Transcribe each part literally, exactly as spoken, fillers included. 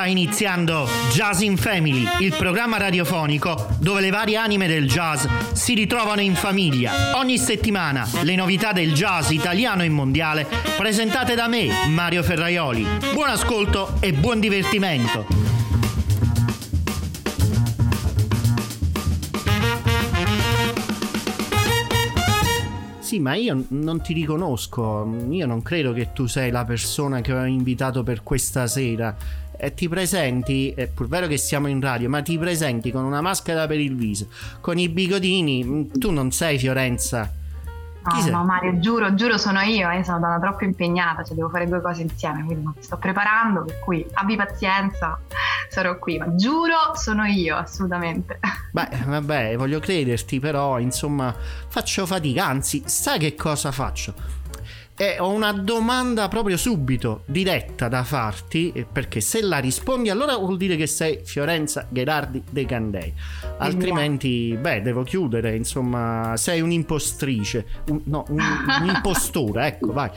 iniziando Jazz in Family, il programma radiofonico dove le varie anime del jazz si ritrovano in famiglia. Ogni settimana le novità del jazz italiano e mondiale presentate da me, Mario Ferraioli. Buon ascolto e buon divertimento. Sì, ma io non ti riconosco, io non credo che tu sei la persona che ho invitato per questa sera. E ti presenti, è pur vero che siamo in radio, ma ti presenti con una maschera per il viso, con i bigodini. Tu non sei Fiorenza. Chi No, sei? no, Mario, giuro, giuro sono io, io sono donna troppo impegnata, cioè devo fare due cose insieme, quindi mi sto preparando, per cui abbi pazienza, sarò qui, ma giuro sono io, assolutamente. Beh, vabbè, voglio crederti, però insomma faccio fatica, anzi, sai che cosa faccio? E ho una domanda proprio subito, diretta da farti, perché se la rispondi allora vuol dire che sei Fiorenza Gherardi De Candei, altrimenti, beh, devo chiudere, insomma, sei un'impostrice, un, no, un, un'impostura, ecco, vai.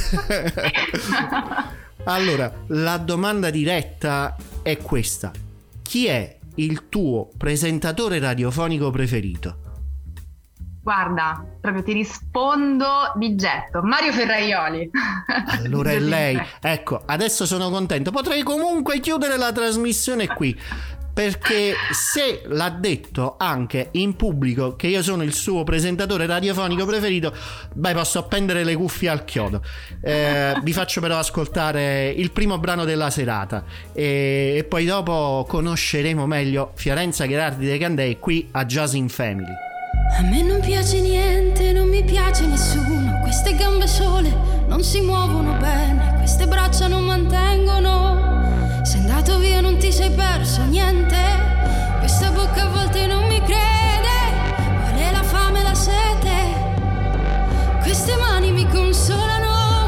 Allora, la domanda diretta è questa: chi è il tuo presentatore radiofonico preferito? Guarda, proprio ti rispondo di getto, Mario Ferraioli. Allora è lei. Ecco, adesso sono contento. Potrei comunque chiudere la trasmissione qui, perché se l'ha detto anche in pubblico che io sono il suo presentatore radiofonico preferito, beh, posso appendere le cuffie al chiodo. Eh, vi faccio però ascoltare il primo brano della serata e, e poi dopo conosceremo meglio Fiorenza Gherardi De Candei qui a Jazz in Family. A me non piace niente, non mi piace nessuno. Queste gambe sole non si muovono bene, queste braccia non mantengono. Sei andato via, non ti sei perso niente. Questa bocca a volte non mi crede, vuole la fame e la sete. Queste mani mi consolano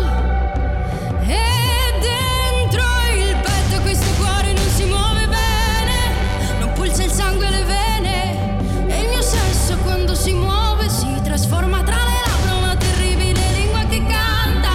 e dentro il petto questo cuore non si muove bene, non pulsa il sangue e le vene. Quando si muove si trasforma tra le labbra una terribile lingua che canta.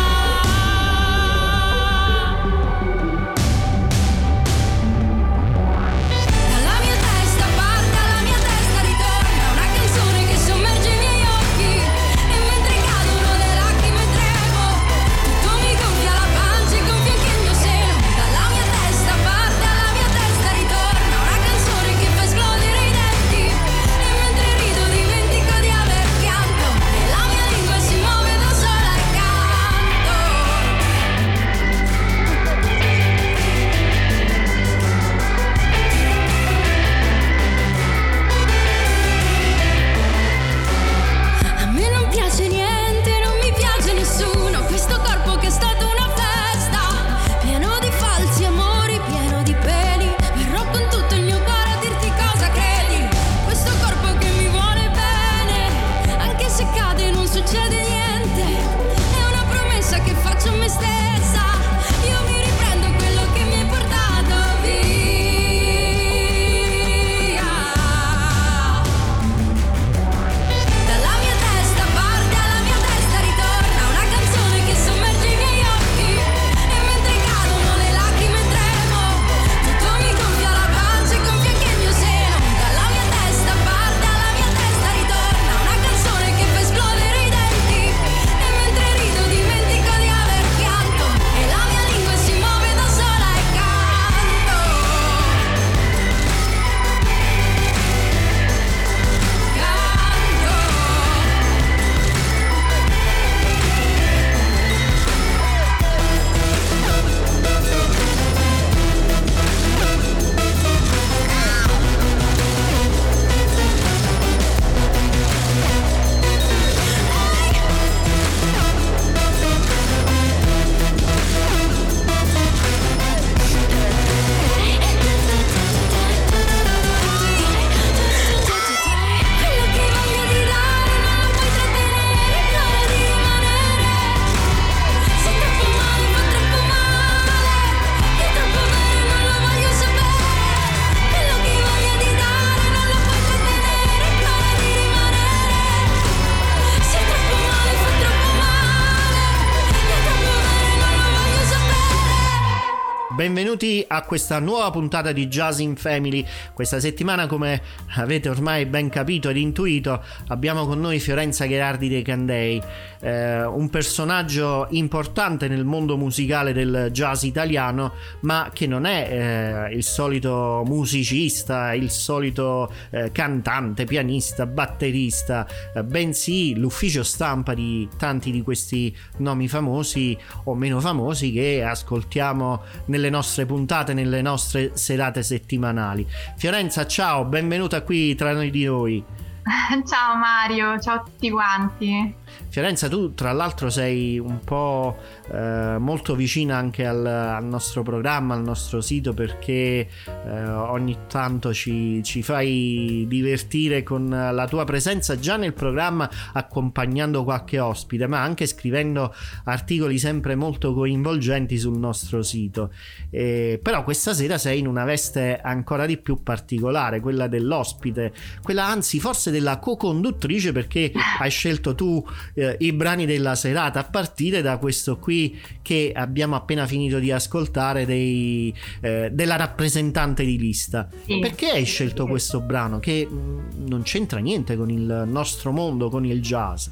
benvenuti a questa nuova puntata di Jazz in Family. Questa settimana, come avete ormai ben capito ed intuito, abbiamo con noi Fiorenza Gherardi dei Candei, eh, un personaggio importante nel mondo musicale del jazz italiano, ma che non è eh, il solito musicista, il solito eh, cantante, pianista, batterista, eh, bensì l'ufficio stampa di tanti di questi nomi famosi o meno famosi che ascoltiamo nelle nostre puntate, nelle nostre serate settimanali. Fiorenza, ciao, benvenuta qui tra noi di noi. Ciao Mario, ciao a tutti quanti. Fiorenza, tu tra l'altro sei un po' eh, molto vicina anche al, al nostro programma, al nostro sito, perché eh, ogni tanto ci, ci fai divertire con la tua presenza già nel programma, accompagnando qualche ospite, ma anche scrivendo articoli sempre molto coinvolgenti sul nostro sito. Eh, però questa sera sei in una veste ancora di più particolare, quella dell'ospite, quella anzi forse della co-conduttrice, perché hai scelto tu eh, i brani della serata, a partire da questo qui che abbiamo appena finito di ascoltare, dei, eh, della rappresentante di lista. Sì. Perché hai scelto questo brano che mh, non c'entra niente con il nostro mondo, con il jazz?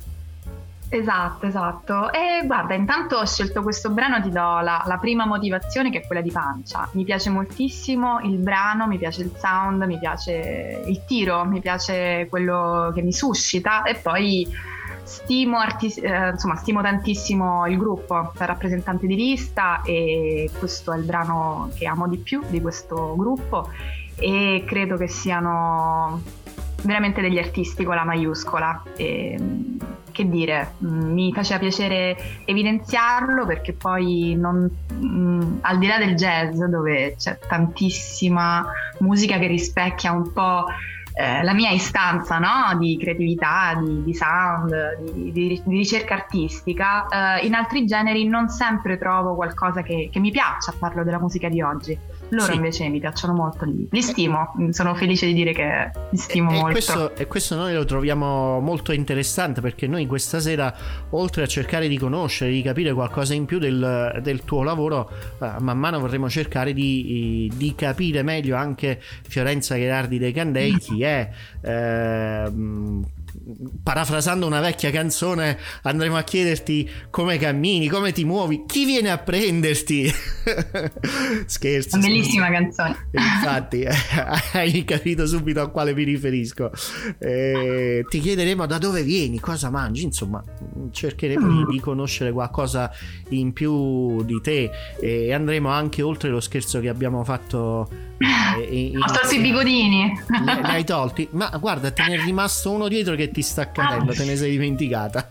Esatto, esatto. E guarda, intanto ho scelto questo brano, ti do la, la prima motivazione, che è quella di pancia. Mi piace moltissimo il brano, mi piace il sound, mi piace il tiro, mi piace quello che mi suscita, e poi stimo, artis- eh, insomma, stimo tantissimo il gruppo, la rappresentante di lista, e questo è il brano che amo di più di questo gruppo, e credo che siano veramente degli artisti con la maiuscola. E, che dire, mi faceva piacere evidenziarlo, perché poi non, mh, al di là del jazz, dove c'è tantissima musica che rispecchia un po' eh, la mia istanza, no? Di creatività, di, di sound, di, di, di ricerca artistica, eh, in altri generi non sempre trovo qualcosa che, che mi piaccia. Parlo della musica di oggi. Loro sì. Invece mi piacciono molto, li, li stimo, sono felice di dire che li stimo e, molto. E questo, e questo noi lo troviamo molto interessante, perché noi questa sera, oltre a cercare di conoscere, di capire qualcosa in più del, del tuo lavoro, eh, man mano vorremmo cercare di, di capire meglio anche Fiorenza Gherardi dei Candei chi è. Eh, parafrasando una vecchia canzone, andremo a chiederti come cammini, come ti muovi, chi viene a prenderti. Scherzo. Bellissima canzone. Infatti hai capito subito a quale mi riferisco. Eh, ti chiederemo da dove vieni, cosa mangi, insomma cercheremo mm. di, di conoscere qualcosa in più di te, e andremo anche oltre lo scherzo che abbiamo fatto. Eh, Ho tolto i bigodini. Li, li hai tolti? Ma guarda, te ne è rimasto uno dietro che ti sta cadendo, te ne sei dimenticata.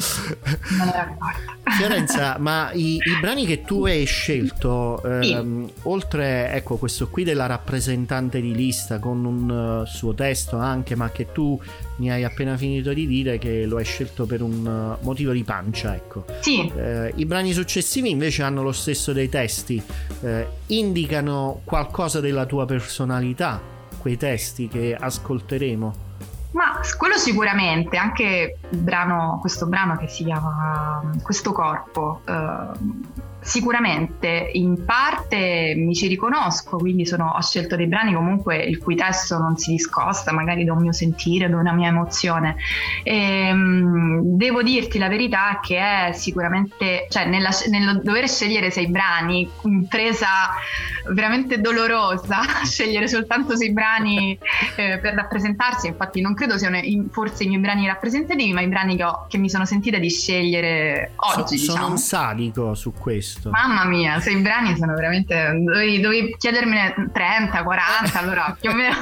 Non era accorta. Fiorenza, ma i, i brani che tu hai scelto, ehm, sì. oltre, ecco, questo qui della rappresentante di lista con un uh, suo testo anche, ma che tu mi hai appena finito di dire che lo hai scelto per un uh, motivo di pancia, ecco. Sì. Eh, i brani successivi invece hanno lo stesso dei testi, eh, indicano qualcosa della tua personalità, quei testi che ascolteremo. Ma quello sicuramente, anche il brano, questo brano che si chiama Questo corpo, eh, sicuramente in parte mi ci riconosco, quindi sono, ho scelto dei brani comunque il cui testo non si discosta magari da un mio sentire, da una mia emozione. E, mh, devo dirti la verità che è sicuramente, cioè nella, nel dover scegliere sei brani, impresa veramente dolorosa, scegliere soltanto sei brani eh, per rappresentarsi. Infatti non credo siano in, forse i miei brani rappresentativi, ma i brani che, ho, che mi sono sentita di scegliere oggi. So, diciamo. Sono un sadico su questo. Mamma mia, sei brani sono veramente, dovevi, dovevi chiedermene trenta, quaranta, allora più o meno.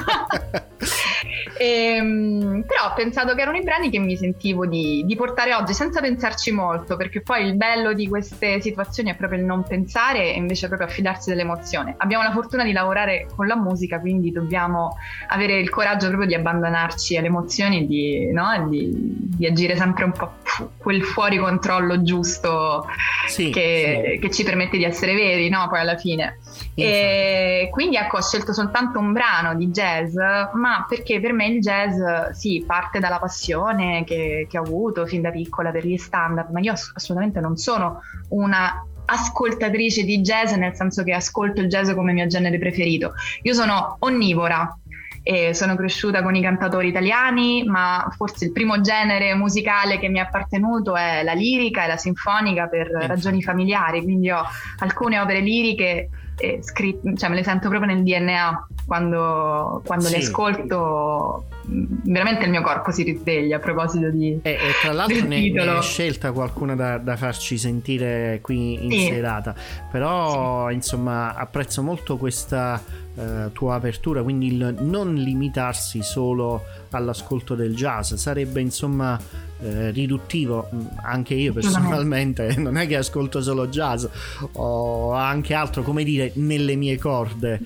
E, però ho pensato che erano i brani che mi sentivo di, di portare oggi senza pensarci molto, perché poi il bello di queste situazioni è proprio il non pensare e invece proprio affidarsi dell'emozione. Abbiamo la fortuna di lavorare con la musica, quindi dobbiamo avere il coraggio proprio di abbandonarci alle emozioni e di, no? di, di agire sempre un po' quel fuori controllo giusto, sì, che, sì. che ci permette di essere veri, no? Poi alla fine. E quindi ecco, ho scelto soltanto un brano di jazz, ma perché per me il jazz sì, parte dalla passione che, che ho avuto fin da piccola per gli standard, ma io assolutamente non sono una ascoltatrice di jazz, nel senso che ascolto il jazz come mio genere preferito. Io sono onnivora e sono cresciuta con i cantatori italiani, ma forse il primo genere musicale che mi è appartenuto è la lirica e la sinfonica per ragioni familiari, quindi ho alcune opere liriche eh, scritte, cioè me le sento proprio nel D N A, quando, quando sì. le ascolto veramente il mio corpo si risveglia a proposito di e, e tra l'altro ne, ne hai scelta qualcuna da, da farci sentire qui in sì. serata, però sì. insomma apprezzo molto questa uh, tua apertura, quindi il non limitarsi solo all'ascolto del jazz sarebbe insomma eh, riduttivo. Anche io personalmente non è che ascolto solo jazz, ho anche altro, come dire, nelle mie corde,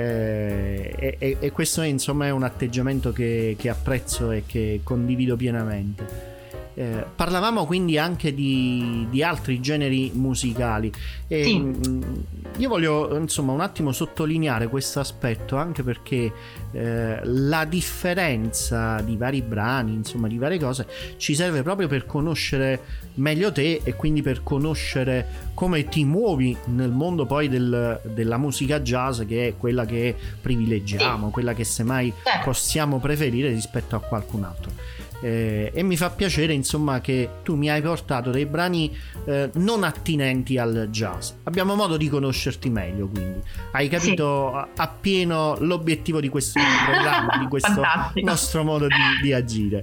eh, e, e, e questo è insomma è un atteggiamento che, che apprezzo e che condivido pienamente. Eh, parlavamo quindi anche di, di altri generi musicali e sì. mh, io voglio insomma un attimo sottolineare questo aspetto, anche perché eh, la differenza di vari brani, insomma di varie cose, ci serve proprio per conoscere meglio te e quindi per conoscere come ti muovi nel mondo poi del, della musica jazz, che è quella che privilegiamo, sì. quella che semmai eh. possiamo preferire rispetto a qualcun altro. Eh, e mi fa piacere insomma che tu mi hai portato dei brani eh, non attinenti al jazz. Abbiamo modo di conoscerti meglio, quindi hai capito sì. appieno l'obiettivo di questo programma, di questo Fantastico. nostro modo di, di agire.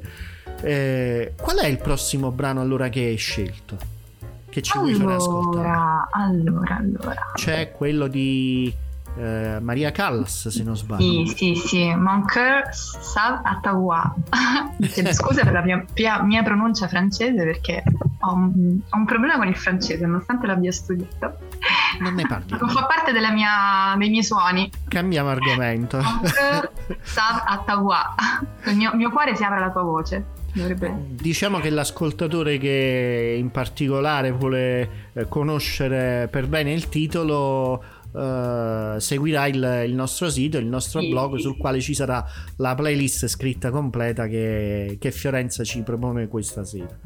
Eh, qual è il prossimo brano allora che hai scelto? Che ci allora, vuoi fare ascoltare? Allora, allora. C'è quello di Uh, Maria Callas, se non sbaglio. Sì, sì, sì, Mon cœur s'en Ottawa. Scusa per la mia, mia pronuncia francese, perché ho un, ho un problema con il francese, nonostante l'abbia studiato. Non ne parli. Non fa parte della mia, dei miei suoni. Cambiamo argomento. Mon cœur s'en Ottawa. Il mio, mio cuore si apre alla tua voce. Dovrebbe... Diciamo che l'ascoltatore che in particolare vuole eh, conoscere per bene il titolo Uh, seguirà il, il nostro sito, il nostro sì, blog, sul quale ci sarà la playlist scritta completa che, che Fiorenza ci propone questa sera.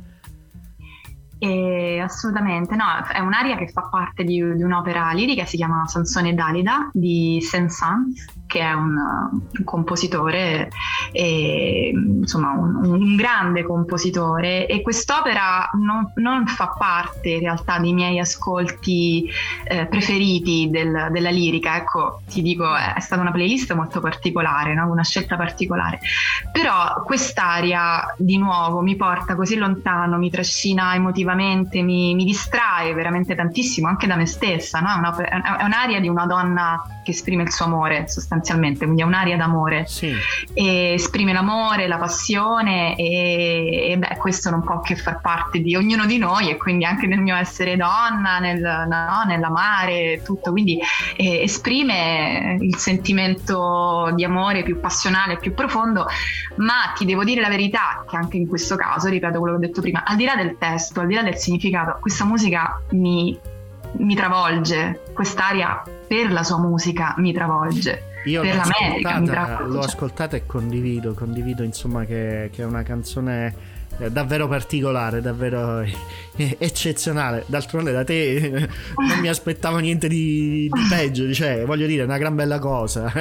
Eh, assolutamente, no, è un'aria che fa parte di, di un'opera lirica, si chiama Sansone e Dalida di Saint-Saëns, che è un, un compositore, e, insomma un, un grande compositore, e quest'opera non, non fa parte in realtà dei miei ascolti eh, preferiti del, della lirica. Ecco, ti dico, è stata una playlist molto particolare, no? Una scelta particolare, però quest'aria di nuovo mi porta così lontano, mi trascina emotivamente, mi, mi distrae veramente tantissimo anche da me stessa, no? È, una, è un'aria di una donna che esprime il suo amore sostanzialmente, quindi è un'aria d'amore, sì. E esprime l'amore, la passione, e, e beh, questo non può che far parte di ognuno di noi, e quindi anche nel mio essere donna, nel, no, nell'amare tutto, quindi eh, esprime il sentimento di amore più passionale, più profondo. Ma ti devo dire la verità, che anche in questo caso, ripeto quello che ho detto prima, al di là del testo, al di là del significato, questa musica mi, mi travolge, quest'aria per la sua musica mi travolge. Io per l'ho, l'America, mi travolge. L'ho ascoltata e condivido, condivido insomma che, che è una canzone davvero particolare, davvero eccezionale. D'altronde da te non mi aspettavo niente di, di peggio, cioè voglio dire, è una gran bella cosa.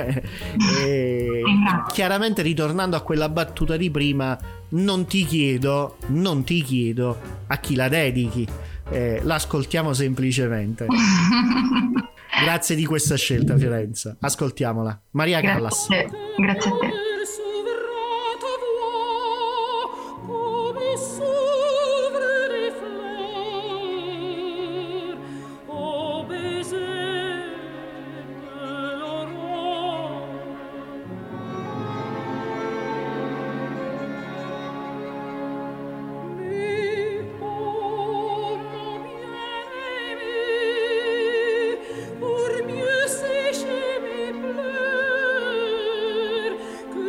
E chiaramente, ritornando a quella battuta di prima, non ti chiedo non ti chiedo a chi la dedichi, eh, l'ascoltiamo semplicemente. Grazie di questa scelta, Fiorenza, ascoltiamola. Maria Callas. Grazie, grazie a te. Que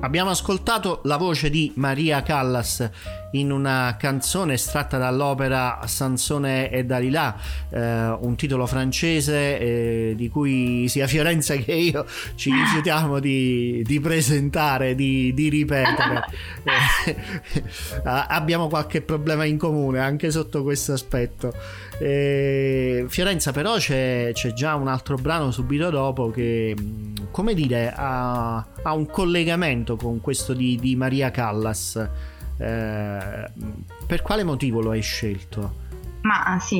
Abbiamo ascoltato la voce di Maria Callas in una canzone estratta dall'opera Sansone e Dalila, eh, un titolo francese eh, di cui sia Fiorenza che io ci rifiutiamo di, di presentare, di, di ripetere. Eh, abbiamo qualche problema in comune anche sotto questo aspetto. Eh, Fiorenza, però c'è, c'è già un altro brano subito dopo che, come dire, ha, ha un collegamento con questo di, di Maria Callas. Eh, per quale motivo lo hai scelto? Ma sì,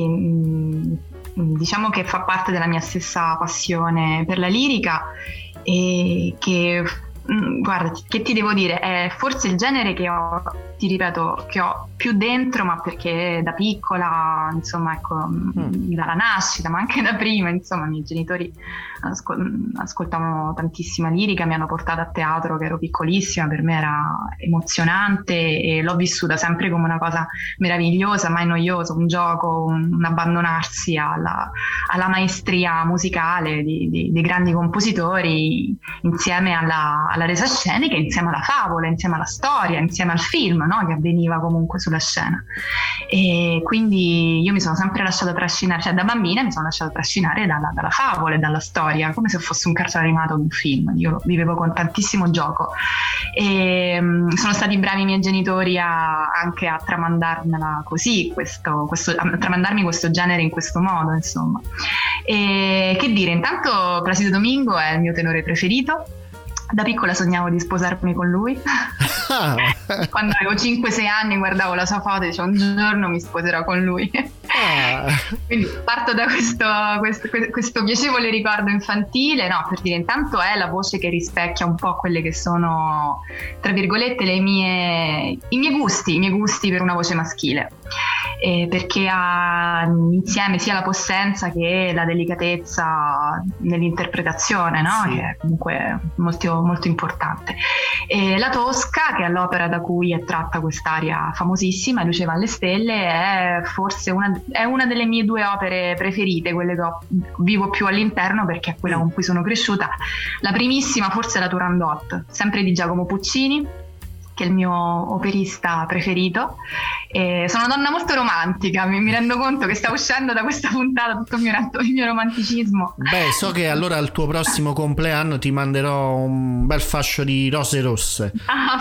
diciamo che fa parte della mia stessa passione per la lirica e che, guarda, che ti devo dire, è forse il genere che ho, ti ripeto, che ho più dentro, ma perché da piccola, insomma, ecco, mm. dalla nascita, ma anche da prima, insomma, i miei genitori ascol- ascoltavano tantissima lirica, mi hanno portato a teatro che ero piccolissima, per me era emozionante e l'ho vissuta sempre come una cosa meravigliosa, mai noiosa, un gioco, un, un abbandonarsi alla, alla maestria musicale di, di, dei grandi compositori, insieme alla, alla resa scenica, insieme alla favola, insieme alla storia, insieme al film, no? Che avveniva comunque sulla scena. E quindi io mi sono sempre lasciata trascinare, cioè da bambina mi sono lasciata trascinare dalla, dalla favola e dalla storia, come se fosse un cartone animato o un film. Io vivevo con tantissimo gioco e um, sono stati bravi i miei genitori a, anche a tramandarmela così, questo, questo, a tramandarmi questo genere in questo modo, insomma. E che dire, intanto Placido Domingo è il mio tenore preferito. Da piccola sognavo di sposarmi con lui. Quando avevo cinque sei anni guardavo la sua foto e dicevo un giorno mi sposerò con lui. Ah. Quindi parto da questo, questo, questo piacevole ricordo infantile, no, per dire, intanto è la voce che rispecchia un po' quelle che sono, tra virgolette, le mie, i miei gusti, i miei gusti per una voce maschile. Eh, perché ha insieme sia la possenza che la delicatezza nell'interpretazione, no? Sì. Che è comunque molto, molto importante. E la Tosca, che è l'opera da cui è tratta quest'aria famosissima, Luce va alle stelle, è forse una, è una delle mie due opere preferite, quelle che ho, vivo più all'interno perché è quella con cui sono cresciuta. La primissima forse è la Turandot, sempre di Giacomo Puccini, che è il mio operista preferito. E sono una donna molto romantica, mi, mi rendo conto che sta uscendo da questa puntata tutto il mio, il mio romanticismo. Beh, so che allora al tuo prossimo compleanno ti manderò un bel fascio di rose rosse. Ah,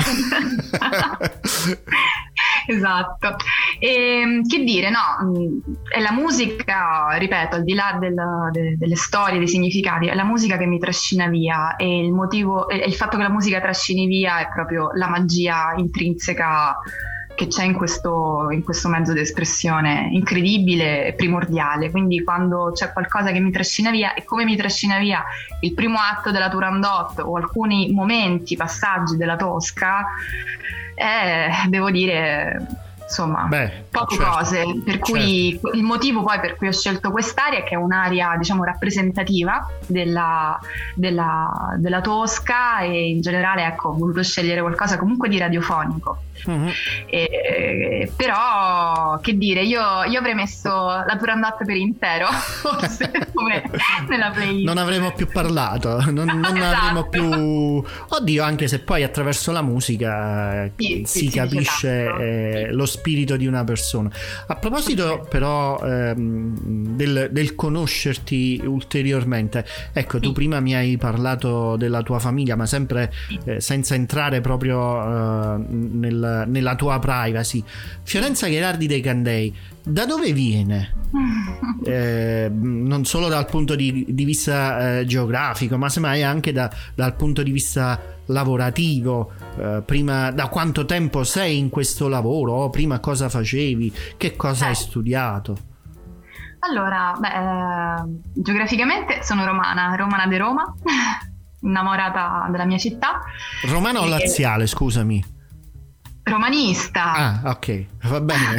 esatto. E, che dire, no, è la musica, ripeto, al di là del, de, delle storie, dei significati, è la musica che mi trascina via, e il motivo, e il fatto che la musica trascini via è proprio la magia intrinseca che c'è in questo, in questo mezzo di espressione incredibile e primordiale. Quindi quando c'è qualcosa che mi trascina via, e come mi trascina via il primo atto della Turandot o alcuni momenti, passaggi della Tosca, eh, devo dire, insomma, Beh, poche certo, cose, per certo. cui il motivo poi per cui ho scelto quest'aria, che è un'aria, diciamo, rappresentativa della, della, della Tosca, e in generale, ecco, ho voluto scegliere qualcosa comunque di radiofonico. Mm-hmm. E, però, che dire, io, io avrei messo la Turandot per intero, forse, come nella playlist. Non avremmo più parlato, non, non esatto. avremmo più... Oddio, anche se poi attraverso la musica sì, si sì, capisce esatto. eh, lo spirito di una persona. A proposito però ehm, del, del conoscerti ulteriormente, ecco, tu prima mi hai parlato della tua famiglia, ma sempre eh, senza entrare proprio eh, nel, nella tua privacy. Fiorenza Gherardi dei Candei, da dove viene? Eh, non solo dal punto di, di vista eh, geografico, ma semmai anche da, dal punto di vista lavorativo. Eh, prima, da quanto tempo sei in questo lavoro? Prima cosa facevi? Che cosa eh. hai studiato? Allora, beh, eh, geograficamente sono romana, romana de Roma, innamorata della mia città. Romana o laziale, e... scusami? Romanista. Ah, ok, va bene.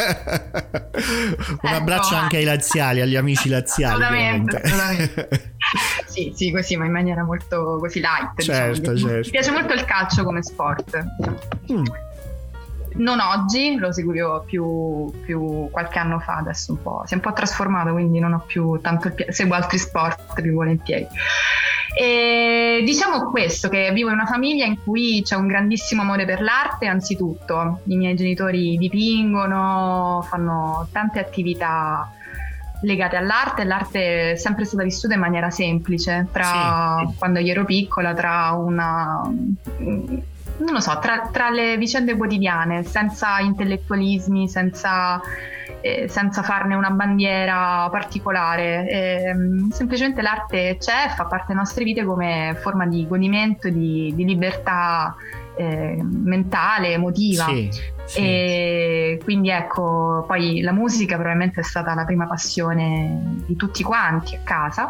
Un abbraccio ecco, anche ai laziali, agli amici laziali. Assolutamente, assolutamente. Sì, sì, così, ma in maniera molto così light. Certo, diciamo. certo. Mi piace molto il calcio come sport. Mm. Non oggi, lo seguivo più, più qualche anno fa, adesso un po', si è un po' trasformato, quindi non ho più tanto il piacere, seguo altri sport più volentieri. E diciamo questo, che vivo in una famiglia in cui c'è un grandissimo amore per l'arte, anzitutto. I miei genitori dipingono, fanno tante attività legate all'arte, e l'arte è sempre stata vissuta in maniera semplice, tra sì. quando io ero piccola, tra una... non lo so, tra, tra le vicende quotidiane, senza intellettualismi, senza... Eh, senza farne una bandiera particolare, eh, semplicemente l'arte c'è, fa parte delle nostre vite come forma di godimento, di, di libertà eh, mentale, emotiva. Sì, sì. E quindi ecco, poi la musica probabilmente è stata la prima passione di tutti quanti a casa,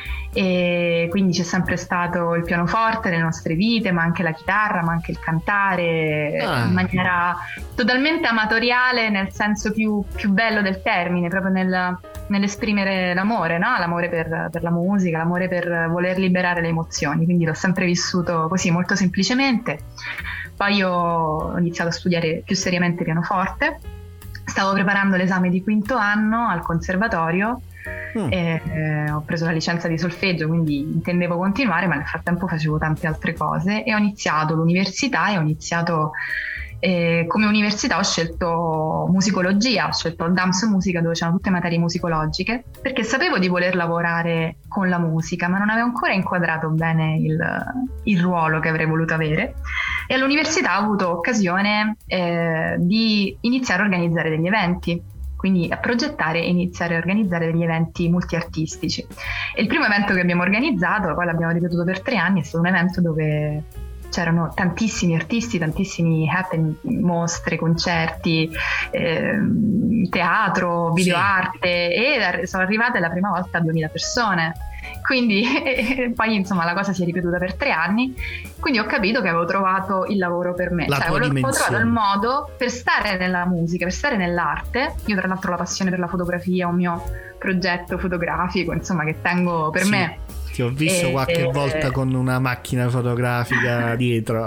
e quindi c'è sempre stato il pianoforte nelle nostre vite, ma anche la chitarra, ma anche il cantare ah. in maniera totalmente amatoriale, nel senso più, più bello del termine, proprio nel, nell'esprimere l'amore, no? L'amore per, per la musica, l'amore per voler liberare le emozioni, quindi l'ho sempre vissuto così, molto semplicemente. Poi io ho iniziato a studiare più seriamente pianoforte, stavo preparando l'esame di quinto anno al conservatorio. Mm. E, eh, ho preso la licenza di solfeggio, quindi intendevo continuare, ma nel frattempo facevo tante altre cose e ho iniziato l'università e ho iniziato eh, come università ho scelto musicologia, ho scelto il D A M S Musica, dove c'erano tutte materie musicologiche, perché sapevo di voler lavorare con la musica, ma non avevo ancora inquadrato bene il, il ruolo che avrei voluto avere, e all'università ho avuto occasione eh, di iniziare a organizzare degli eventi, quindi a progettare e iniziare a organizzare degli eventi multiartistici. E il primo evento che abbiamo organizzato, poi l'abbiamo ripetuto per tre anni, è stato un evento dove c'erano tantissimi artisti, tantissimi happening, mostre, concerti, eh, teatro, videoarte, sì. E sono arrivate la prima volta a duemila persone. Quindi e poi insomma la cosa si è ripetuta per tre anni, quindi ho capito che avevo trovato il lavoro per me, la cioè avevo, avevo trovato il modo per stare nella musica, per stare nell'arte. Io tra l'altro ho la passione per la fotografia, un mio progetto fotografico insomma che tengo per sì. me. Ti ho visto e, qualche e, volta con una macchina fotografica dietro.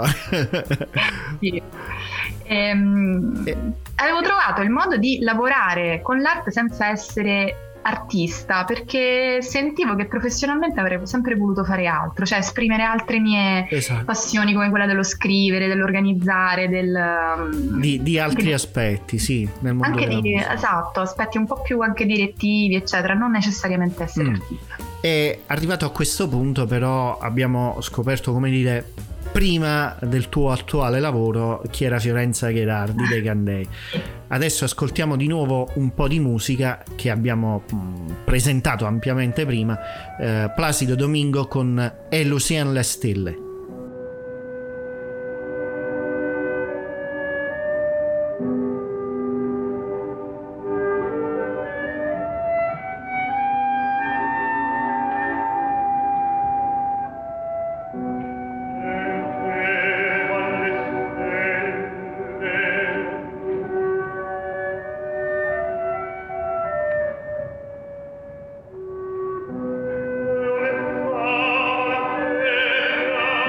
Sì. Ehm, e... Avevo trovato il modo di lavorare con l'arte senza essere artista, perché sentivo che professionalmente avrei sempre voluto fare altro, cioè esprimere altre mie esatto. passioni, come quella dello scrivere, dell'organizzare, del di, di altri di, aspetti, sì, nel mondo anche della di, musica. Esatto, aspetti un po' più anche direttivi, eccetera, non necessariamente essere mm. artista. E arrivato a questo punto, però, abbiamo scoperto, come dire, prima del tuo attuale lavoro, chi era Fiorenza Gherardi dei Candei. Adesso ascoltiamo di nuovo un po' di musica che abbiamo mh, presentato ampiamente prima, eh, Placido Domingo con E Lucien le Stille. Oh,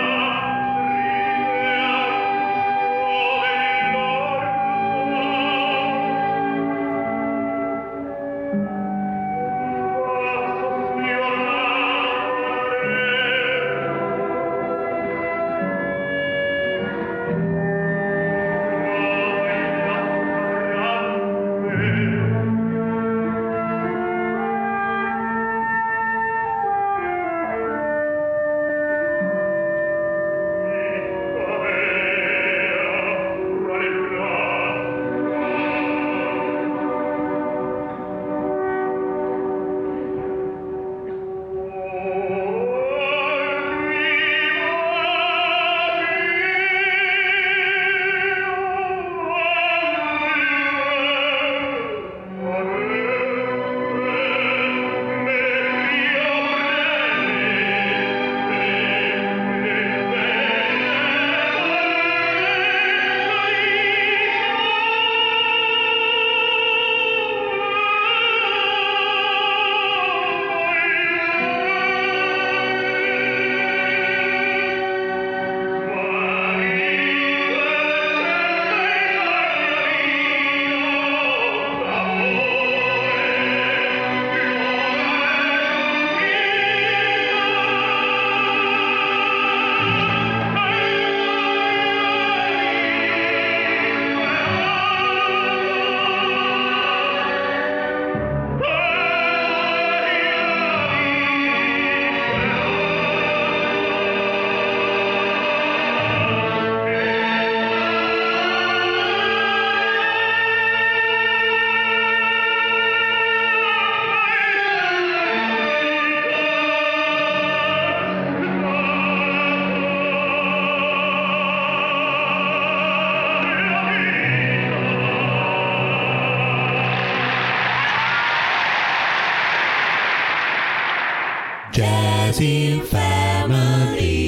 Jazzy Family.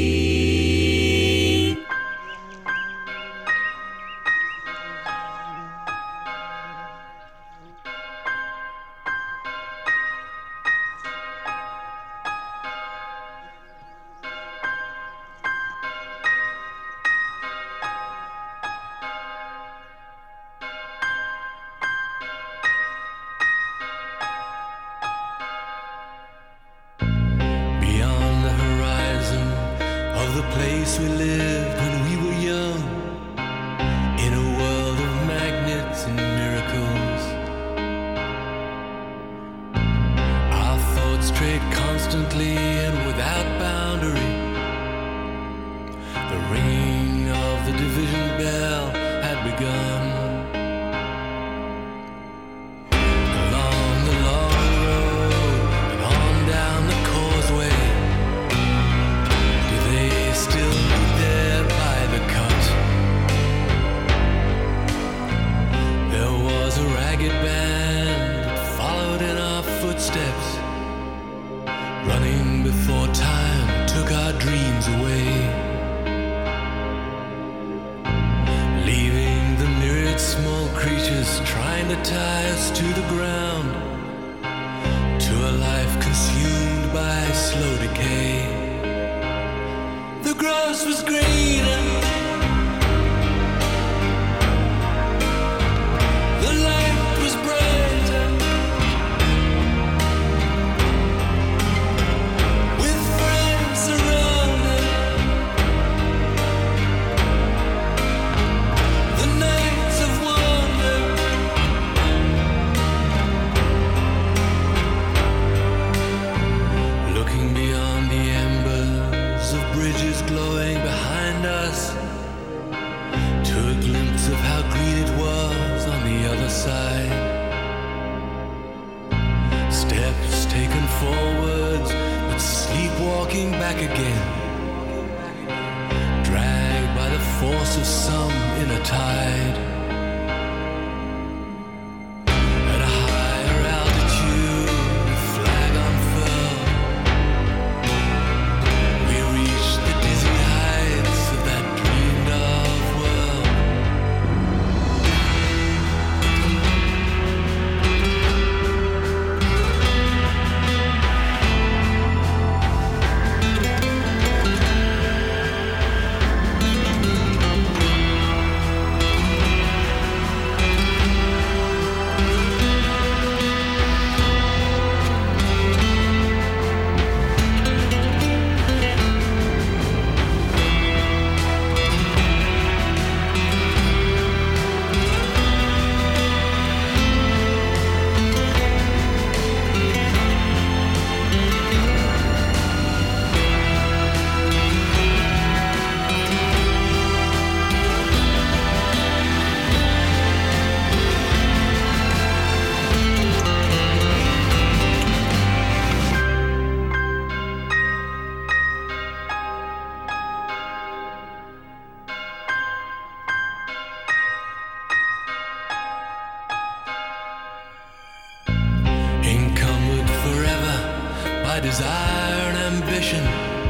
Desire and ambition,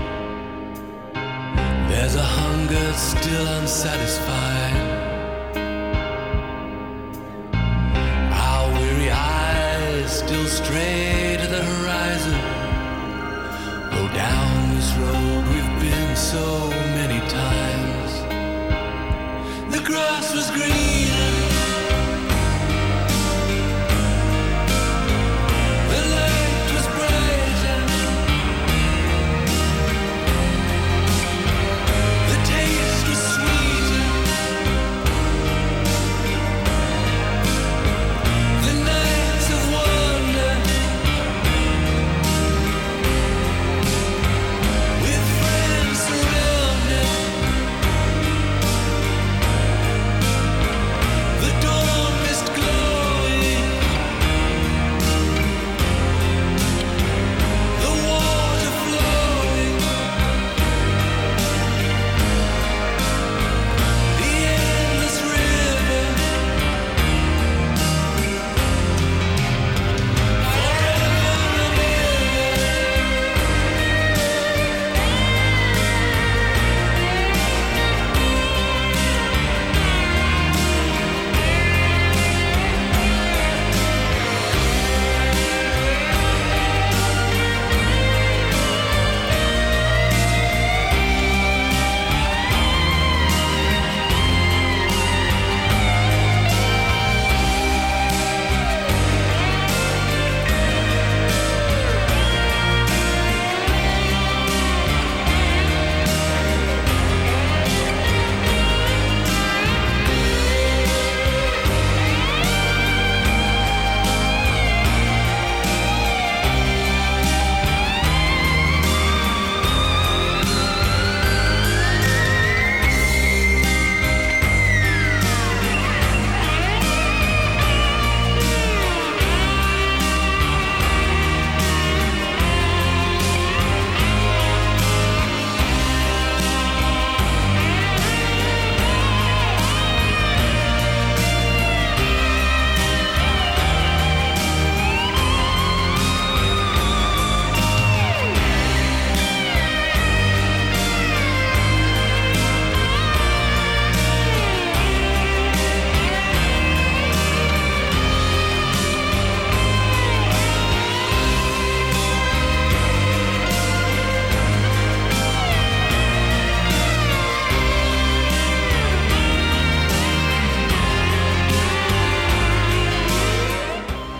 there's a hunger still unsatisfied. Our weary eyes still stray to the horizon. Go down this road we've been so many times. The grass was greener, the light was brighter.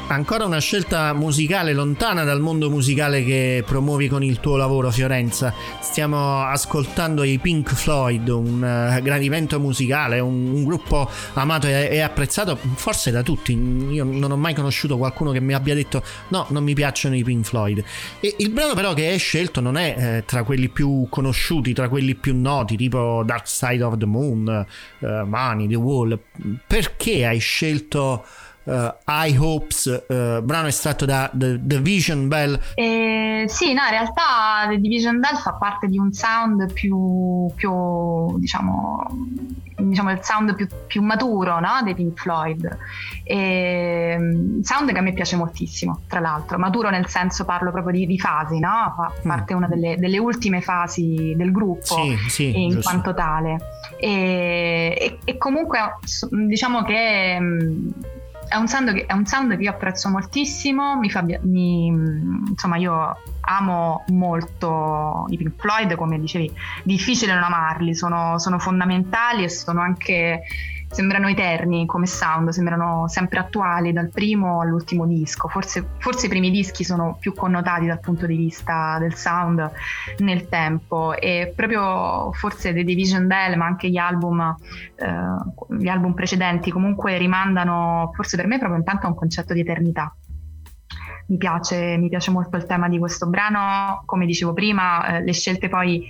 Ancora una scelta musicale lontana dal mondo musicale che promuovi con il tuo lavoro, Fiorenza. Stiamo ascoltando i Pink Floyd, un uh, gradimento musicale, un, un gruppo amato e, e apprezzato forse da tutti. Io non ho mai conosciuto qualcuno che mi abbia detto no, non mi piacciono i Pink Floyd. E il brano però che hai scelto non è eh, tra quelli più conosciuti, tra quelli più noti, tipo Dark Side of the Moon, uh, Money, The Wall. Perché hai scelto Uh, High Hopes, uh, brano estratto da The Division Bell? Eh, sì, no, in realtà The Division Bell fa parte di un sound più, più diciamo, diciamo il sound più, più maturo, no? Dei Pink Floyd. E, sound che a me piace moltissimo, tra l'altro, maturo nel senso, parlo proprio di, di fasi, no? Fa parte mm. una delle, delle ultime fasi del gruppo, sì, sì, in giusto. quanto tale. E, e, e comunque diciamo che È un, sound che, è un sound che io apprezzo moltissimo, mi fa, mi, insomma io amo molto i Pink Floyd, come dicevi, difficile non amarli, sono, sono fondamentali e sono anche, sembrano eterni come sound, sembrano sempre attuali dal primo all'ultimo disco, forse, forse i primi dischi sono più connotati dal punto di vista del sound nel tempo, e proprio forse The Division Bell, ma anche gli album eh, gli album precedenti comunque rimandano forse per me proprio intanto a un concetto di eternità. Mi piace, mi piace molto il tema di questo brano, come dicevo prima, eh, le scelte poi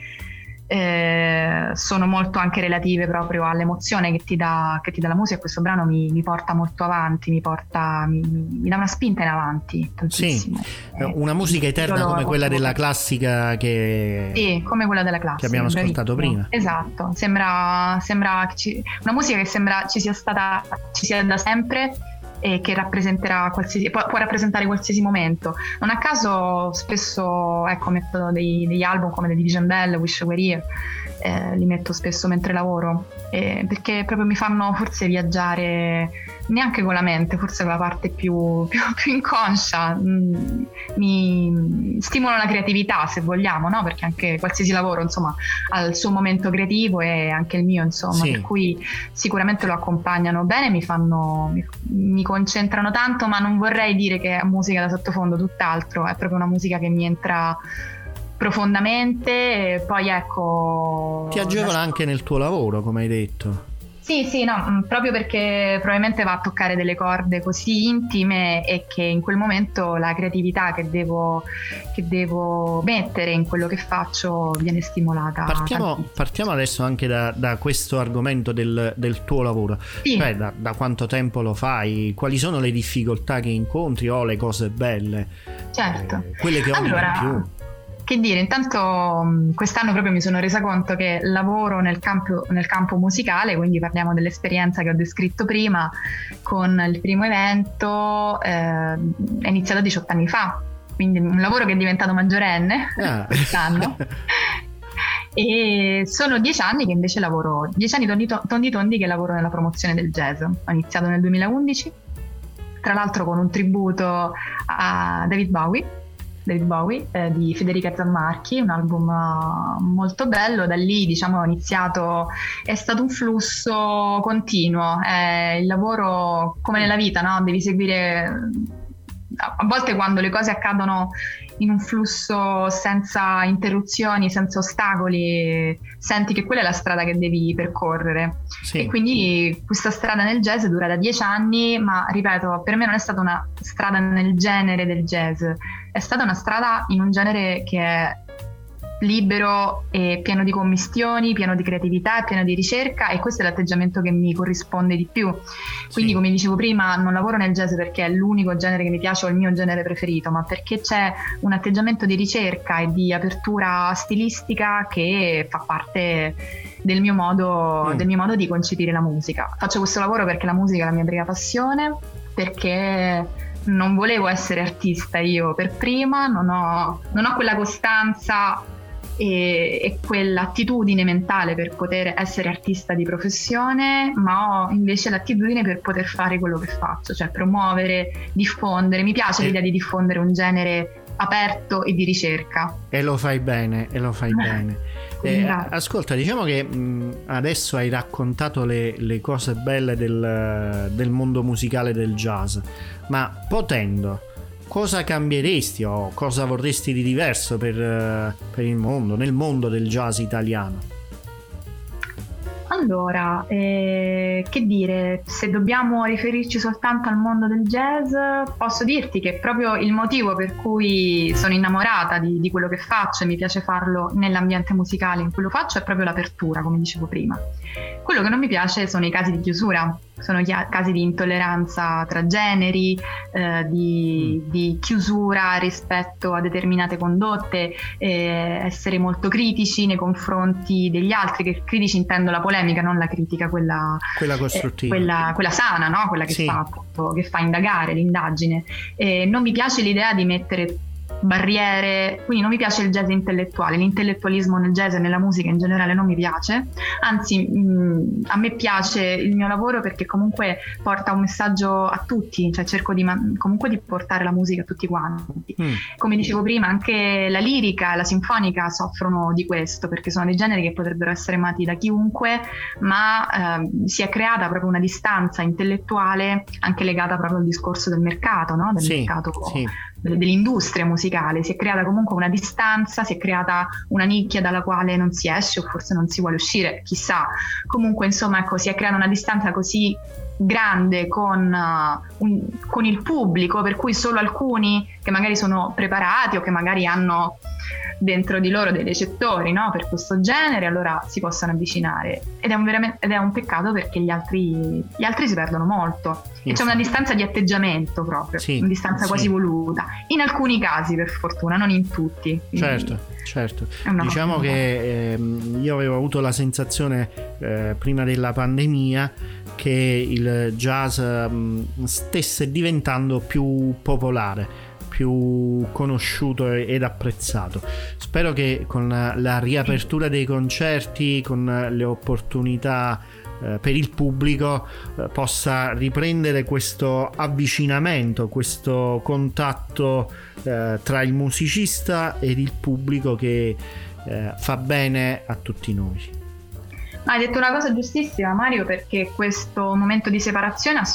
Eh, sono molto anche relative proprio all'emozione che ti dà, che ti dà la musica, e questo brano mi, mi porta molto avanti, mi porta mi, mi dà una spinta in avanti tantissimo. Sì, una musica eterna come quella della classica che sì, come quella della classica che abbiamo ascoltato prima. Esatto, sembra, sembra che ci, una musica che sembra ci sia stata ci sia da sempre e che rappresenterà qualsiasi, può, può rappresentare qualsiasi momento. Non a caso spesso ecco metto dei, degli album come The Division Bell, Wish I Were Here, eh, li metto spesso mentre lavoro, eh, perché proprio mi fanno forse viaggiare neanche con la mente, forse con la parte più, più, più inconscia, mm, mi stimolano la creatività, se vogliamo, no? Perché anche qualsiasi lavoro insomma ha il suo momento creativo, e anche il mio insomma, sì. Per cui sicuramente lo accompagnano bene, mi fanno mi, mi concentrano tanto, ma non vorrei dire che è musica da sottofondo, tutt'altro, è proprio una musica che mi entra profondamente, e poi ecco ti agevola anche nel tuo lavoro, come hai detto. Sì, sì, no, proprio perché probabilmente va a toccare delle corde così intime, e che in quel momento la creatività che devo, che devo mettere in quello che faccio viene stimolata. Partiamo, partiamo adesso anche da, da questo argomento del, del tuo lavoro. Sì. Cioè, da, da quanto tempo lo fai? Quali sono le difficoltà che incontri o le cose belle? Certo. Eh, quelle che odi allora, di più? Che dire, intanto quest'anno proprio mi sono resa conto che lavoro nel campo, nel campo musicale, quindi parliamo dell'esperienza che ho descritto prima con il primo evento, eh, è iniziato diciotto anni fa, quindi un lavoro che è diventato maggiorenne ah. quest'anno. E sono dieci anni che invece lavoro, dieci anni tondi tondi, tondi che lavoro nella promozione del jazz. Ho iniziato nel duemilaundici, tra l'altro con un tributo a David Bowie, David Bowie eh, di Federica Zammarchi, un album uh, molto bello. Da lì diciamo ho iniziato, è stato un flusso continuo, eh, il lavoro come nella vita, no? Devi seguire, a volte quando le cose accadono in un flusso senza interruzioni, senza ostacoli, senti che quella è la strada che devi percorrere. Sì. E quindi questa strada nel jazz dura da dieci anni, ma ripeto, per me non è stata una strada nel genere del jazz, è stata una strada in un genere che è libero e pieno di commistioni, pieno di creatività e pieno di ricerca, e questo è l'atteggiamento che mi corrisponde di più. Quindi sì. Come dicevo prima, non lavoro nel jazz perché è l'unico genere che mi piace o il mio genere preferito, ma perché c'è un atteggiamento di ricerca e di apertura stilistica che fa parte del mio modo, mm. del mio modo di concepire la musica. Faccio questo lavoro perché la musica è la mia prima passione, perché non volevo essere artista io per prima, non ho, non ho quella costanza e, e quell'attitudine mentale per poter essere artista di professione, ma ho invece l'attitudine per poter fare quello che faccio, cioè promuovere, diffondere. Mi piace l'idea di diffondere un genere aperto e di ricerca. E lo fai bene, e lo fai bene. Eh, ascolta, diciamo che mh, adesso hai raccontato le, le cose belle del, del mondo musicale del jazz, ma potendo, cosa cambieresti o cosa vorresti di diverso per, per il mondo, nel mondo del jazz italiano? Allora, eh, che dire, se dobbiamo riferirci soltanto al mondo del jazz, posso dirti che proprio il motivo per cui sono innamorata di, di quello che faccio e mi piace farlo nell'ambiente musicale in cui lo faccio è proprio l'apertura, come dicevo prima. Quello che non mi piace sono i casi di chiusura, sono chi- casi di intolleranza tra generi, eh, di, di chiusura rispetto a determinate condotte, eh, essere molto critici nei confronti degli altri, che critici intendo la polemica, non la critica, quella, quella costruttiva, eh, quella, quella sana, no? Quella che, sì. fa, che fa indagare, l'indagine. Eh, non mi piace l'idea di mettere barriere, quindi non mi piace il jazz intellettuale, l'intellettualismo nel jazz e nella musica in generale non mi piace, anzi mh, a me piace il mio lavoro perché comunque porta un messaggio a tutti, cioè cerco di ma- comunque di portare la musica a tutti quanti. Mm. Come dicevo prima, anche la lirica e la sinfonica soffrono di questo, perché sono dei generi che potrebbero essere amati da chiunque, ma eh, si è creata proprio una distanza intellettuale anche legata proprio al discorso del mercato, no? Del sì, mercato sì. dell'industria musicale. Si è creata comunque una distanza, si è creata una nicchia dalla quale non si esce o forse non si vuole uscire, chissà. Comunque insomma ecco, si è creata una distanza così grande con, uh, un, con il pubblico, per cui solo alcuni che magari sono preparati o che magari hanno dentro di loro dei recettori, no, per questo genere, allora si possono avvicinare, ed è un, veramente, ed è un peccato perché gli altri, gli altri si perdono molto, sì, e c'è sì. una distanza di atteggiamento proprio, sì, una distanza sì. quasi voluta, in alcuni casi per fortuna, non in tutti. Certo, certo. Diciamo cosa. che ehm, io avevo avuto la sensazione eh, prima della pandemia che il jazz mh, stesse diventando più popolare, più conosciuto ed apprezzato. Spero che con la riapertura dei concerti, con le opportunità eh, per il pubblico, eh, possa riprendere questo avvicinamento, questo contatto eh, tra il musicista ed il pubblico che eh, fa bene a tutti noi. Hai detto una cosa giustissima, Mario, perché questo momento di separazione ha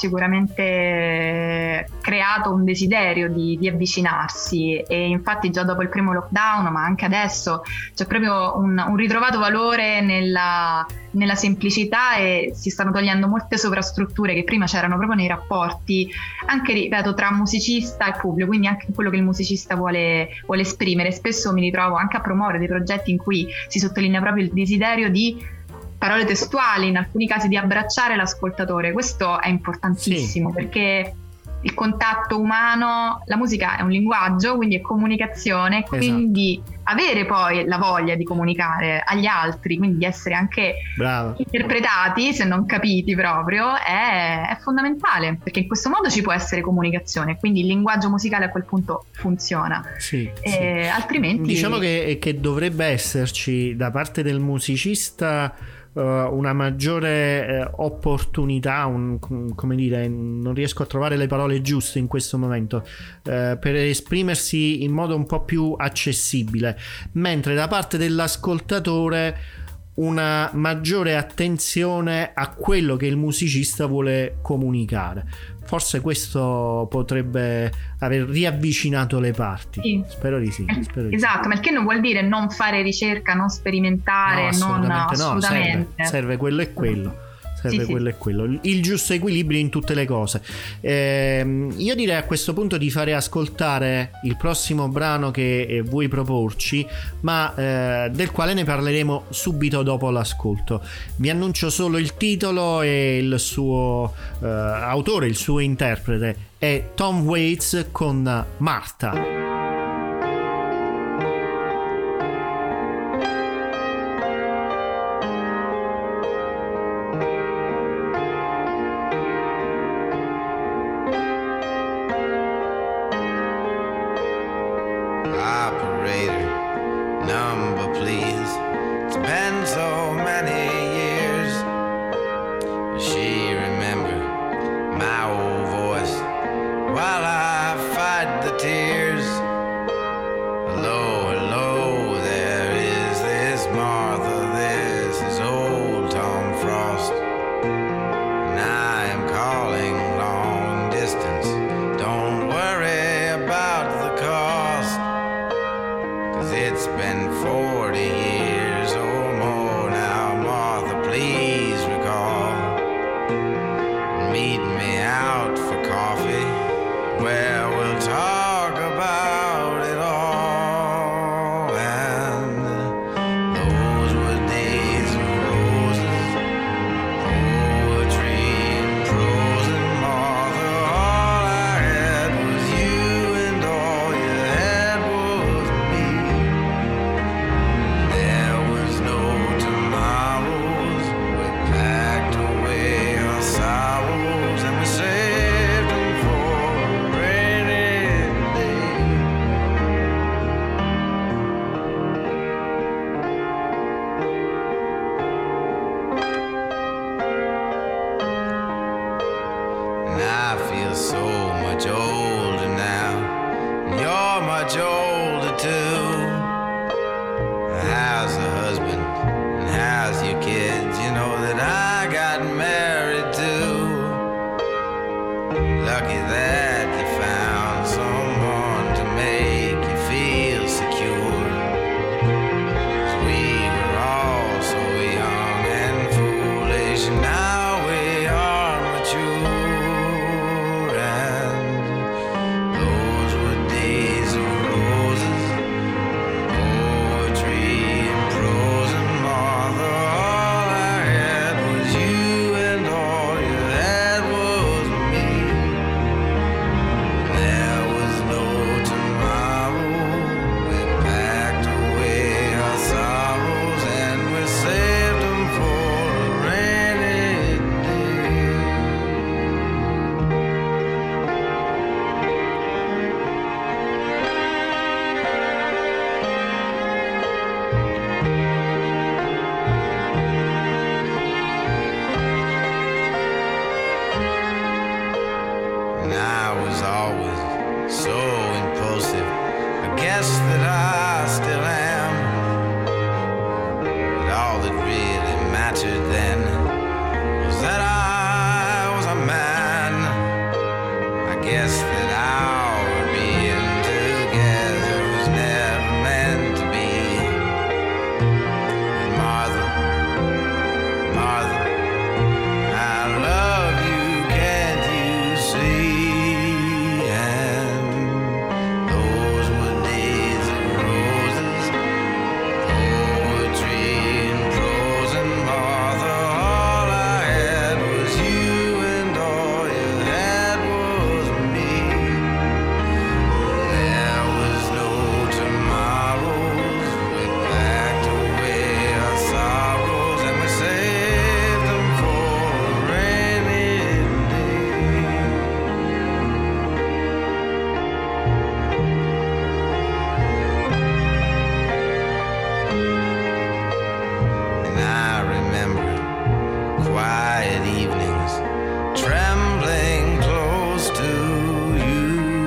sicuramente creato un desiderio di, di avvicinarsi, e infatti già dopo il primo lockdown, ma anche adesso, c'è proprio un, un ritrovato valore nella, nella semplicità, e si stanno togliendo molte sovrastrutture che prima c'erano proprio nei rapporti, anche ripeto tra musicista e pubblico, quindi anche quello che il musicista vuole, vuole esprimere. Spesso mi ritrovo anche a promuovere dei progetti in cui si sottolinea proprio il desiderio di parole testuali, in alcuni casi di abbracciare l'ascoltatore. Questo è importantissimo, sì. perché il contatto umano, la musica è un linguaggio, quindi è comunicazione, quindi esatto. avere poi la voglia di comunicare agli altri, quindi di essere anche Brava. interpretati, se non capiti proprio, è, è fondamentale, perché in questo modo ci può essere comunicazione, quindi il linguaggio musicale a quel punto funziona. Sì, e sì. Altrimenti diciamo che, che dovrebbe esserci da parte del musicista una maggiore eh, opportunità, un, come dire, non riesco a trovare le parole giuste in questo momento, eh, per esprimersi in modo un po' più accessibile, mentre da parte dell'ascoltatore una maggiore attenzione a quello che il musicista vuole comunicare. Forse questo potrebbe aver riavvicinato le parti. Sì. Spero di sì. Spero di esatto, sì. Ma il che non vuol dire non fare ricerca, non sperimentare, no, assolutamente non assolutamente. No, serve, serve quello e quello. Serve sì, quello sì. e quello, il giusto equilibrio in tutte le cose. Eh, io direi a questo punto di fare ascoltare il prossimo brano che eh, vuoi proporci, ma eh, del quale ne parleremo subito dopo l'ascolto. Vi annuncio solo il titolo e il suo eh, autore, il suo interprete è Tom Waits con Martha. Martha. much older too. How's the husband and how's your kids? You know that I got married too. Lucky that you found someone to make you feel secure. 'Cause we were all so young and foolish, now we are mature. And those were days of roses, poetry and prose and Martha. All I had was you and all you had was me. There was no tomorrow. We packed away our sorrows and we saved them for a rainy day. And I was always so impulsive. I guess that I still am. But all that really mattered then was that I was a man. I guess that our being together was never meant to be. But Martha, Martha, I love you, can't you see? And those were days of roses, poetry and prose and Martha. All I had was you and all you had was me. There was no tomorrows. We packed away our sorrows and we saved them for a rainy day. And I remember quiet evenings, trembling close to you.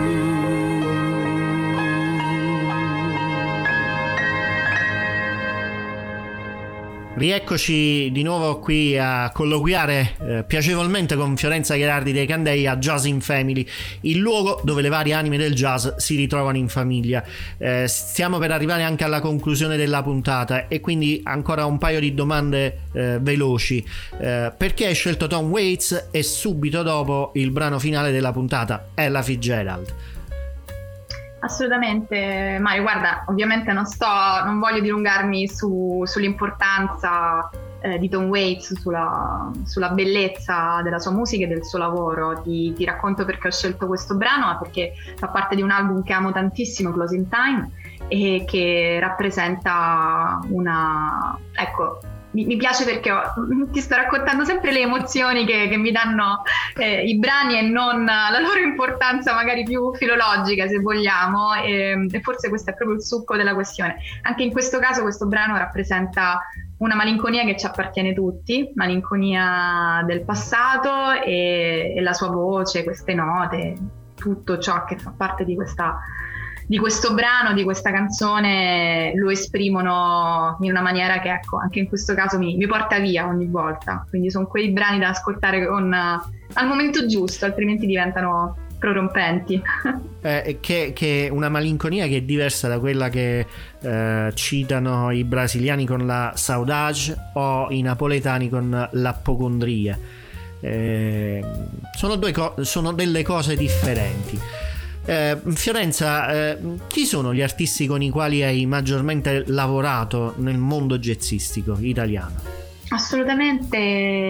Rieccoci di nuovo qui a colloquiare eh, piacevolmente con Fiorenza Gherardi dei Candei a Jazz in Family, il luogo dove le varie anime del jazz si ritrovano in famiglia. Eh, stiamo per arrivare anche alla conclusione della puntata e quindi ancora un paio di domande eh, veloci. Eh, perché hai scelto Tom Waits e subito dopo il brano finale della puntata, Ella Fitzgerald? Assolutamente, Mario, guarda, ovviamente non sto, non voglio dilungarmi su, sull'importanza eh, di Tom Waits, sulla, sulla bellezza della sua musica e del suo lavoro. Ti, ti racconto perché ho scelto questo brano, perché fa parte di un album che amo tantissimo, Closing Time, e che rappresenta una, ecco, mi, mi piace perché ho, ti sto raccontando sempre le emozioni che, che mi danno eh, i brani e non la loro importanza magari più filologica, se vogliamo, e, e forse questo è proprio il succo della questione. Anche in questo caso questo brano rappresenta una malinconia che ci appartiene tutti, malinconia del passato, e, e la sua voce, queste note, tutto ciò che fa parte di questa di questo brano, di questa canzone, lo esprimono in una maniera che, ecco, anche in questo caso mi, mi porta via ogni volta. Quindi sono quei brani da ascoltare con, al momento giusto, altrimenti diventano prorompenti. Eh, che, che una malinconia che è diversa da quella che eh, citano i brasiliani con la saudade o i napoletani con l'apocondria. Eh, sono, due co- sono delle cose differenti. Eh, Fiorenza, eh, chi sono gli artisti con i quali hai maggiormente lavorato nel mondo jazzistico italiano? Assolutamente,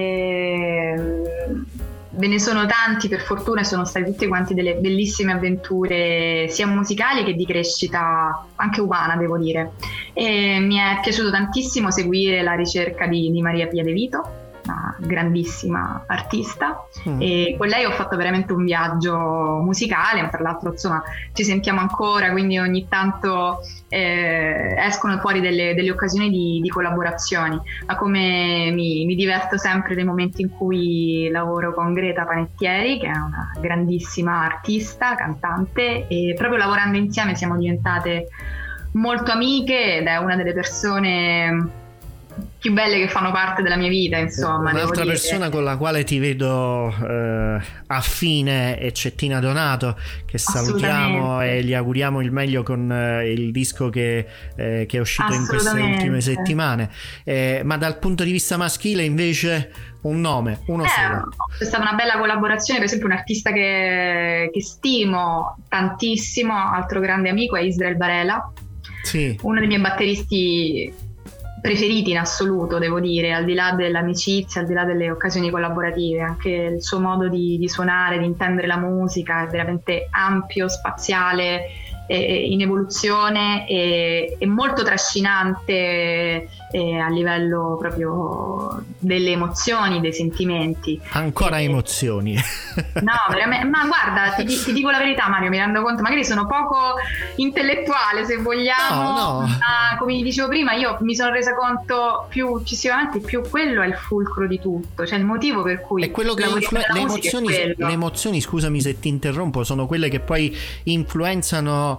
ve ne sono tanti, per fortuna sono state tutte quante delle bellissime avventure sia musicali che di crescita anche umana, devo dire. E mi è piaciuto tantissimo seguire la ricerca di, di Maria Pia De Vito, una grandissima artista, mm. e con lei ho fatto veramente un viaggio musicale, tra l'altro insomma ci sentiamo ancora, quindi ogni tanto eh, escono fuori delle, delle occasioni di, di collaborazioni, ma come mi, mi diverto sempre nei momenti in cui lavoro con Greta Panettieri, che è una grandissima artista, cantante, e proprio lavorando insieme siamo diventate molto amiche ed è una delle persone più belle che fanno parte della mia vita, insomma. Un'altra persona con la quale ti vedo eh, affine è Cettina Donato, che salutiamo e gli auguriamo il meglio con eh, il disco che, eh, che è uscito in queste ultime settimane, eh, ma dal punto di vista maschile invece un nome, uno eh, solo. C'è stata una bella collaborazione, per esempio un artista che, che stimo tantissimo, altro grande amico, è Israel Varela, sì. Uno dei miei batteristi preferiti in assoluto, devo dire, al di là dell'amicizia, al di là delle occasioni collaborative. Anche il suo modo di, di suonare, di intendere la musica è veramente ampio, spaziale, eh, in evoluzione e, e molto trascinante, eh, a livello proprio delle emozioni, dei sentimenti. Ancora e, emozioni. No, veramente, ma guarda, ti, ti dico la verità, Mario, mi rendo conto, magari sono poco intellettuale, se vogliamo, no, no. ma come dicevo prima, io mi sono resa conto più successivamente, più quello è il fulcro di tutto, cioè il motivo per cui è quello che influ- le emozioni, le emozioni, scusami se ti interrompo, sono quelle che poi influenzano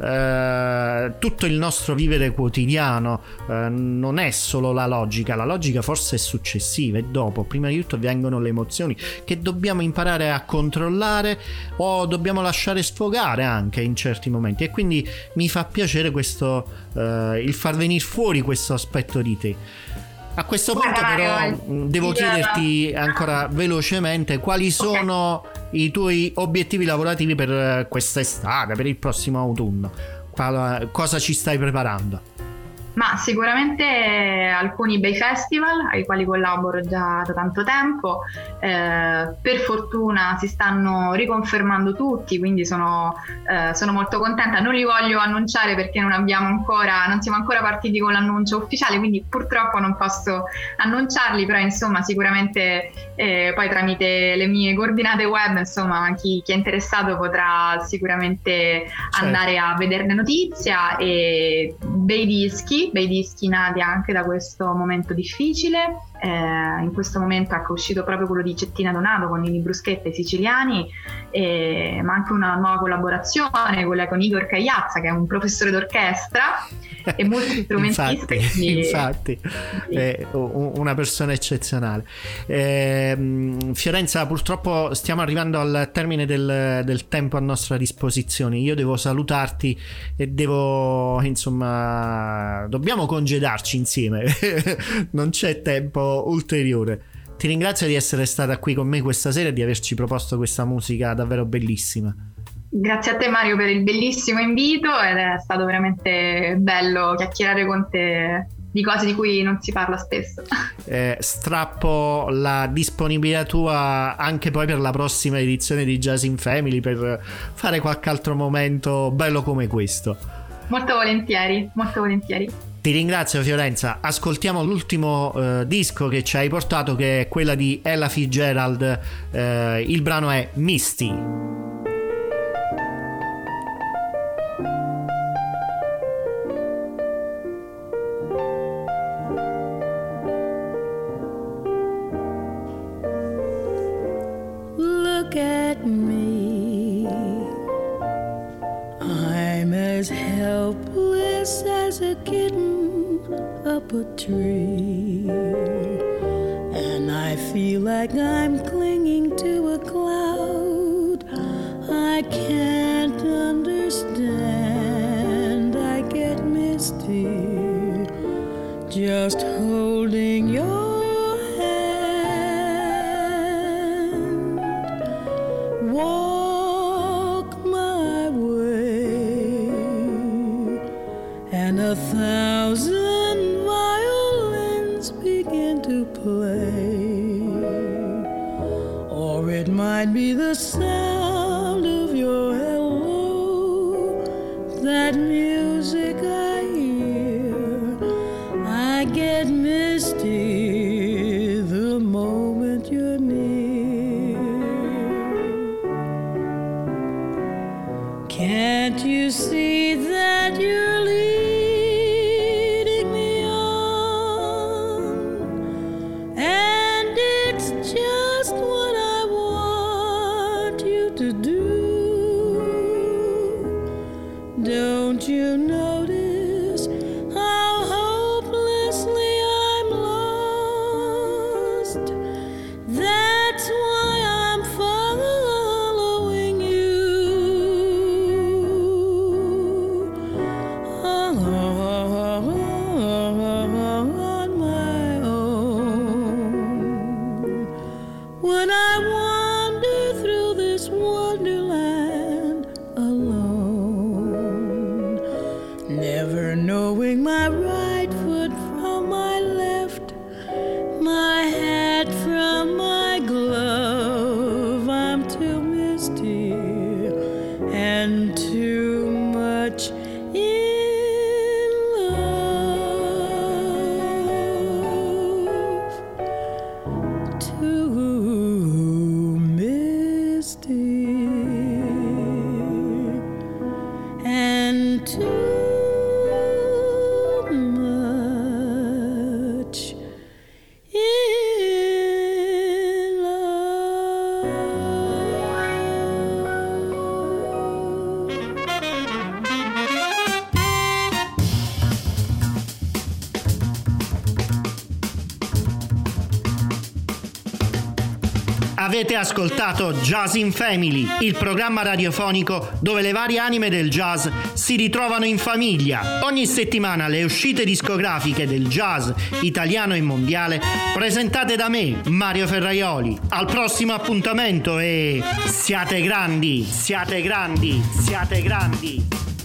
eh, tutto il nostro vivere quotidiano. Eh, non è solo la logica, la logica forse è successiva, e dopo, prima di tutto vengono le emozioni che dobbiamo imparare a controllare o dobbiamo lasciare sfogare anche in certi momenti, e quindi mi fa piacere questo eh, il far venire fuori questo aspetto di te. A questo punto però devo chiederti ancora velocemente quali sono i tuoi obiettivi lavorativi per quest'estate, per il prossimo autunno. Cosa ci stai preparando? Ma sicuramente alcuni bei festival ai quali collaboro già da tanto tempo, eh, per fortuna si stanno riconfermando tutti, quindi sono, eh, sono molto contenta. Non li voglio annunciare perché non abbiamo ancora, non siamo ancora partiti con l'annuncio ufficiale, quindi purtroppo non posso annunciarli, però insomma sicuramente eh, poi tramite le mie coordinate web, insomma chi, chi è interessato potrà sicuramente certo. andare a vederne notizia. E bei dischi bei dischi nati anche da questo momento difficile. Eh, in questo momento è uscito proprio quello di Cettina Donato con i Bruschetta e i Siciliani, eh, ma anche una nuova collaborazione, quella con Igor Cagliazza, che è un professore d'orchestra e multistrumentista. infatti, quindi... infatti sì. È una persona eccezionale. eh, Fiorenza, purtroppo stiamo arrivando al termine del, del tempo a nostra disposizione. Io devo salutarti e devo, insomma, dobbiamo congedarci insieme. Non c'è tempo ulteriore. Ti ringrazio di essere stata qui con me questa sera e di averci proposto questa musica davvero bellissima. Grazie a te, Mario, per il bellissimo invito, ed è stato veramente bello chiacchierare con te di cose di cui non si parla spesso. Eh, strappo la disponibilità tua anche poi per la prossima edizione di Jazz in Family, per fare qualche altro momento bello come questo. Molto volentieri, molto volentieri. Ti ringrazio, Fiorenza. Ascoltiamo l'ultimo eh, disco che ci hai portato, che è quella di Ella Fitzgerald. Eh, il brano è Misty. Look at me, I'm as helpless as a kitten up a tree, and I feel like I'm clinging to a cloud. I can't understand, I get misty just holding your hand. Walk my way and a thousand violins begin to play, or it might be the sound of your hello, that music I hear. I get misty the more Can't you see that you're leading me on? And it's just what I want you to do. Don't you notice how hopelessly I'm lost? That's why I'm following you on my own. When I wander through this wonderland alone, never knowing my right foot from my left, my hat from my glove. I'm too misty and too much in love. Too misty and too much in love. Avete ascoltato Jazz in Family, il programma radiofonico dove le varie anime del jazz si ritrovano in famiglia. Ogni settimana le uscite discografiche del jazz italiano e mondiale presentate da me, Mario Ferraioli. Al prossimo appuntamento e siate grandi, siate grandi, siate grandi.